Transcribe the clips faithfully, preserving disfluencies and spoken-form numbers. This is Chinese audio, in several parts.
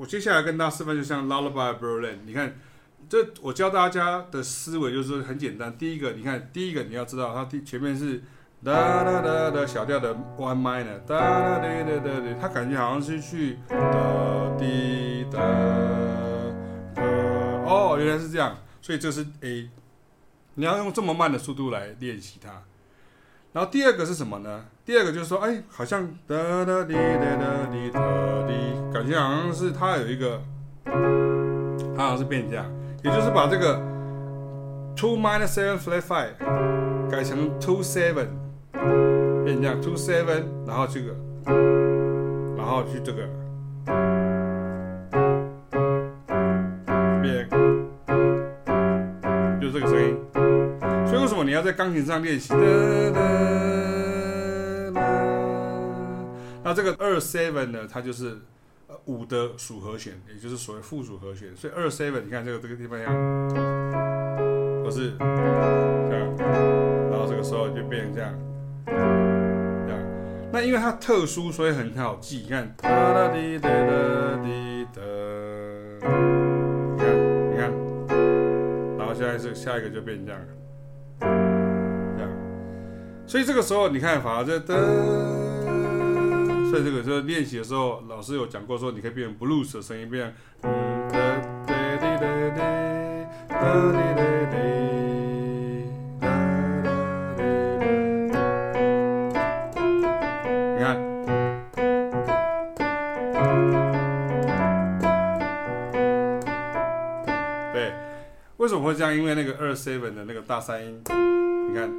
我接下来跟大家示范，就像 Lullaby Berlin， 你看，这我教大家的思维就是很简单。第一个，你看，第一个你要知道，它第前面是哒哒哒的小调的 one minor， 哒哒哒哒哒哒，它感觉好像是去哒滴哒哒，哦，原来是这样，所以这是 A， 你要用这么慢的速度来练习它。然后第二个是什么呢？第二个就是说，哎，好像哒哒滴哒哒滴哒滴，感觉好像是它有一个，它好像是变这样，也就是把这个 two minor seven flat five 改成 two seven， 变这样 two seven， 然后这个，然后去这个，变，就是这个声音。所以为什么你要在钢琴上练习？那这个二 seven 呢，它就是五的属和弦，也就是所谓附属和弦。所以二 seven， 你看这个这个地方一样，都是这样，然后这个时候就变成这样，这样。那因为它特殊，所以很好记。你看，哒哒滴哒哒滴哒，你看，你看，然后现在是下一个就变成这样。这样，所以这个时候你看，反而这的，所以这个时候练习的时候，老师有讲过说，你可以变成 blues 的声音，变成嗯哒哒滴哒滴哒滴哒滴哒哒滴哒，你看，对，为什么会这样？因为那个二 seven 的那个大三音。你看，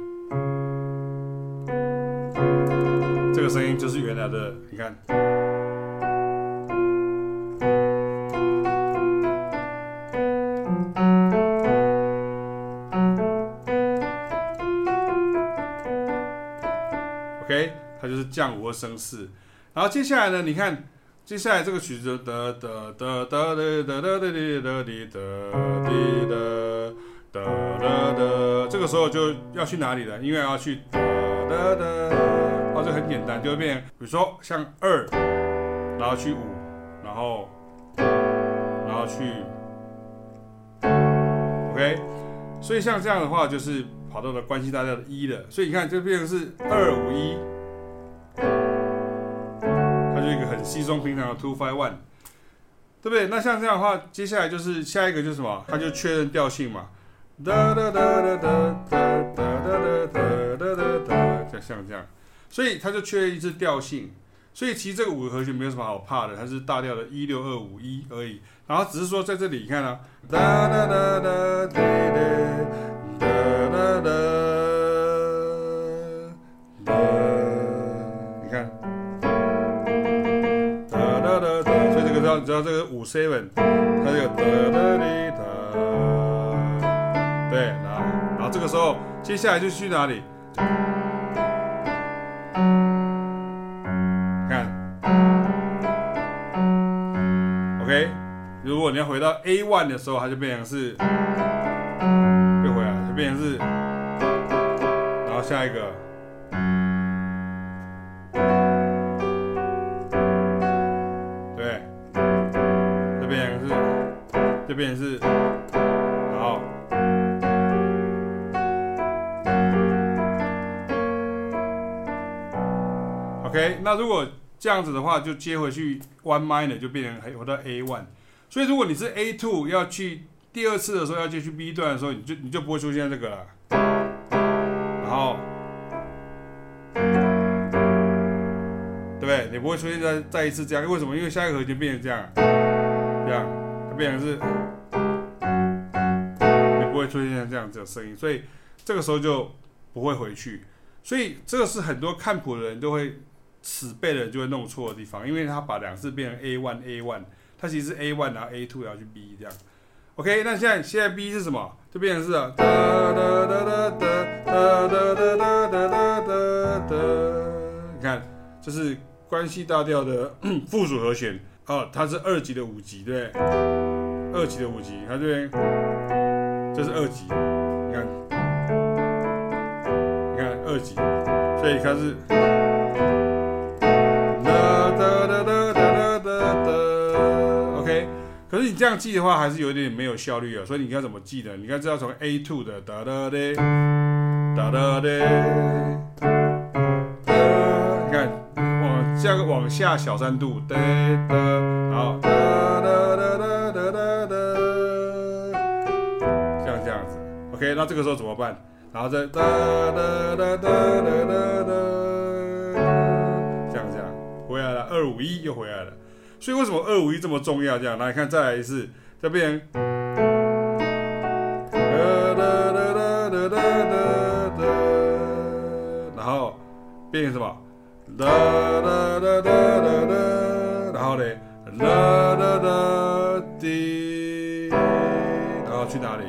这个声音就是原来的。你看，OK， 它就是降五和升四。然后接下来呢，你看，接下来这个曲子的的的的的的的的的的的的。哒哒哒，这个时候就要去哪里了？因为要去哒哒哒，哦，这很简单，就会变，比如说像二，然后去五，然后，然后去 ，OK， 所以像这样的话，就是跑到了关系大调的一了。所以你看，这变成是二五一，它就一个很稀松平常的 two five one， 对不对？那像这样的话，接下来就是下一个就是什么？它就确认调性嘛。哒哒哒哒哒哒哒哒哒哒哒哒，像这样，所以它就确认一支调性。所以其实这个五个和弦没有什么好怕的，它是大调的一六二五一而已。然后只是说在这里你看啊，哒哒哒哒哒哒哒哒哒，你看，哒哒哒哒，所以这个知道这个五 seven， 它这个哒哒滴哒。对，然后，然后这个时候，接下来就去哪里？看 ，OK。如果你要回到 A one 的时候，它就变成是，又回来，就变成是，然后下一个，对，就变成是，就变成是，然后。OK， 那如果这样子的话，就接回去 one minor 就变成回到 A one。所以如果你是 A two 要去第二次的时候要接去 B 段的时候，你就你就不会出现这个了。然后，对不对？你不会出现再再一次这样，为什么？因为下一个和弦变成这样，这样它变成是，你不会出现这样子的声音，所以这个时候就不会回去。所以这个是很多看谱的人都会。死背的人就会弄错的地方，因为他把两次变成 A one A one， 它其实是 A one 然后 A two 然后去 B 这样。OK， 那现在现在 B 是什么？就变成是啊，哒哒哒哒哒哒哒哒哒哒哒哒。你看，这是关系大调的附属和弦哦，它是二级的五级，对不对？二级的五级，它这边这是二级，你看，你看二级，所以它是。OK， 可是你这样记的话，还是有点没有效率啊。所以你应该怎么记呢？你应该知道从 A 二 的哒哒嘞，哒哒嘞，你看往下个往下小三度，哒哒，然后哒哒哒哒哒哒哒，像这样子。OK， 那这个时候怎么办？然后再哒哒哒哒哒哒哒，这样这样回来了，二五一又回来了。所以为什么二五一这么重要？这样，来看再来一次，再变成哒哒哒哒哒哒哒，然后变成什么？哒哒哒哒哒哒，然后呢？哒哒哒滴，然后去哪里？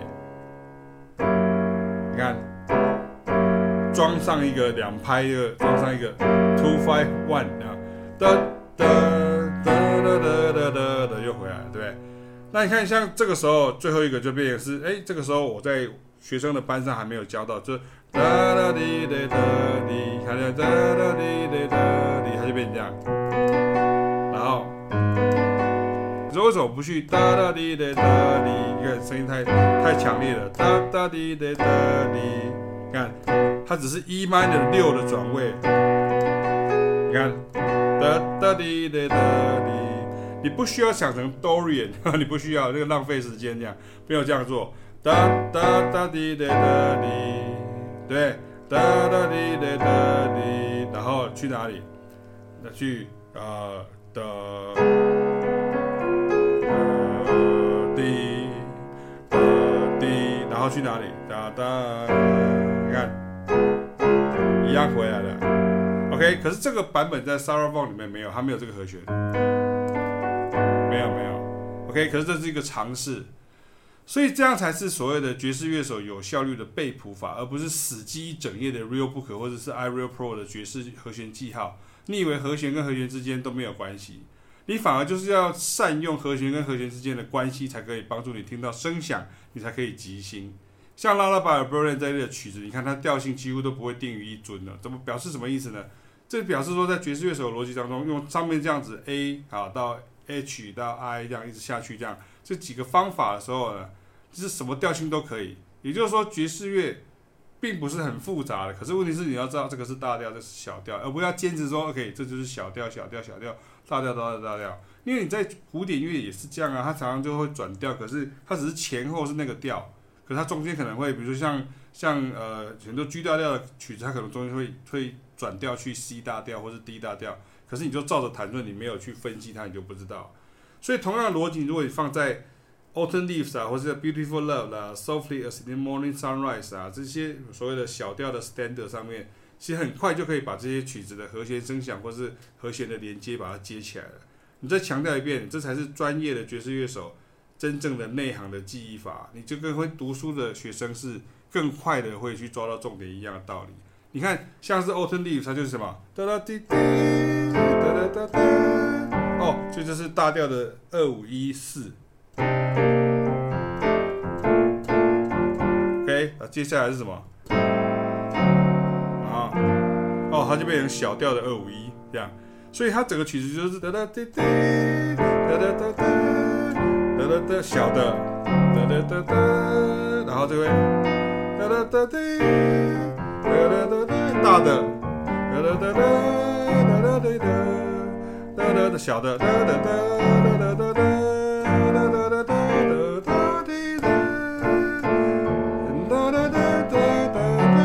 你看。装上一个两拍的，装上一个 two five one 啊，哒哒哒哒哒哒哒哒，又回来了，对不对？那你看，像这个时候最后一个就变成是，哎，这个时候我在学生的班上还没有教到，就哒哒滴哒哒滴，看见哒哒滴哒哒滴，它就变成这样。然后，你说为什么不去哒哒滴哒哒滴？你看声音太太强烈了，哒哒滴哒哒滴，你看。它只是 E minor 六的转位，你看，哒哒滴哒哒滴，你不需要想成 Dorian， 你不需要，这个浪费时间这样，没有这样做，哒哒哒滴哒哒滴，对，哒哒滴哒哒滴，然后去哪里？那去呃的呃滴呃滴，然后去哪里？哒哒，你看。一样回来了 ，OK。可是这个版本在 Sarabon 里面没有，它没有这个和弦，没有没有 ，OK。可是这是一个尝试，所以这样才是所谓的爵士乐手有效率的背谱法，而不是死记一整页的 Real Book 或者是 iReal Pro 的爵士和弦记号。你以为和弦跟和弦之间都没有关系，你反而就是要善用和弦跟和弦之间的关系，才可以帮助你听到声响，你才可以即兴。像拉拉巴尔 Berlin 这类的曲子，你看它调性几乎都不会定于一尊了，怎么表示什么意思呢？这表示说，在爵士乐手的逻辑当中，用上面这样子 A 好到 H 到 I 这样一直下去，这样这几个方法的时候呢，就是什么调性都可以。也就是说，爵士乐并不是很复杂的，可是问题是你要知道这个是大调，这是小调，而不要坚持说 OK 这就是小调、小调、小调、大调、大调、大调。因为你在古典乐也是这样啊，它常常就会转调，可是它只是前后是那个调。可是它中间可能会，比如说像像呃很多 G 大调的曲子，它可能中间会会转调去 C 大调或是 D 大调，可是你就照着弹顺，你没有去分析它，你就不知道。所以同样的逻辑，如果你放在 Autumn Leaves 啊，或是 Beautiful Love 啦、啊、Softly as the Morning Sunrise 啊这些所谓的小调的 standard 上面，其实很快就可以把这些曲子的和弦声响或是和弦的连接把它接起来了。你再强调一遍，这才是专业的爵士乐手真正的内行的记忆法，你就跟会读书的学生是更快的会去抓到重点一样的道理。你看，像是 Autumn Leaves， 它就是什么？哒哒滴滴，哒哒哒哒。哦，所以这是大调的二五一四。OK， 啊，接下来是什么？啊，哦，它就变成小调的二五一这样。所以它整个曲子就是哒哒滴滴，哒哒哒哒。哒哒哒小的，哒哒哒哒，然后这边哒哒哒滴，哒哒哒滴大的，哒哒哒哒哒哒滴哒，哒哒哒小的，哒哒哒哒哒哒哒，哒哒哒哒哒哒滴哒，哒哒哒哒哒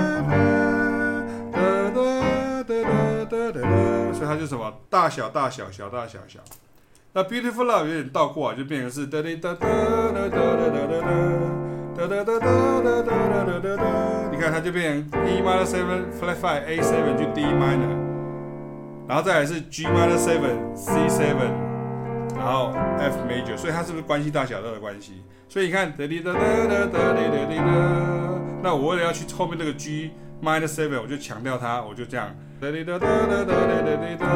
哒哒哒哒哒哒，所以它就什么大小大小小大小小。那 Beautiful Love 有点倒过来，就变成是哒哒哒哒哒哒哒哒哒哒哒哒哒哒哒，你看它就变成 E minor seven flat five A seven 去 D minor， 然后再来是 G minor seven C seven， 然后 F major， 所以它是不是关系大小调的关系？所以你看哒滴哒哒哒哒滴哒滴哒，那我为了要去后面那个 G minor seven， 我就强调它，我就这样哒滴哒哒哒哒哒滴哒。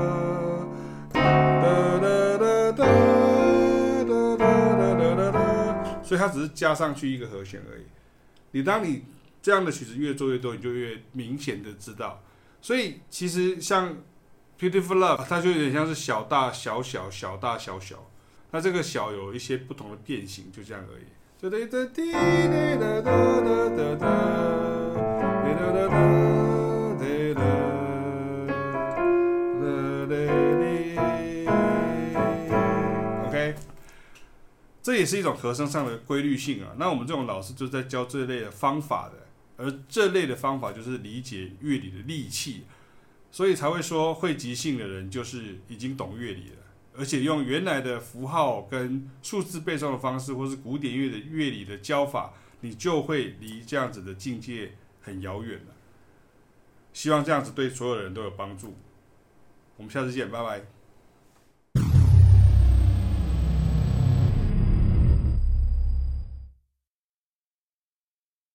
所以它只是加上去一个和弦而已。你当你这样的曲子越做越多，你就越明显的知道。所以其实像 Beautiful Love， 它就有点像是小大小小小大小小。 那这个小有一些不同的变形，就这样而已。OK， 这也是一种和声上的规律性啊。那我们这种老师就在教这类的方法的，而这类的方法就是理解乐理的利器，所以才会说会即兴的人就是已经懂乐理了。而且用原来的符号跟数字背诵的方式，或是古典乐的乐理的教法，你就会离这样子的境界很遥远了。希望这样子对所有人都有帮助。我们下次见，拜拜。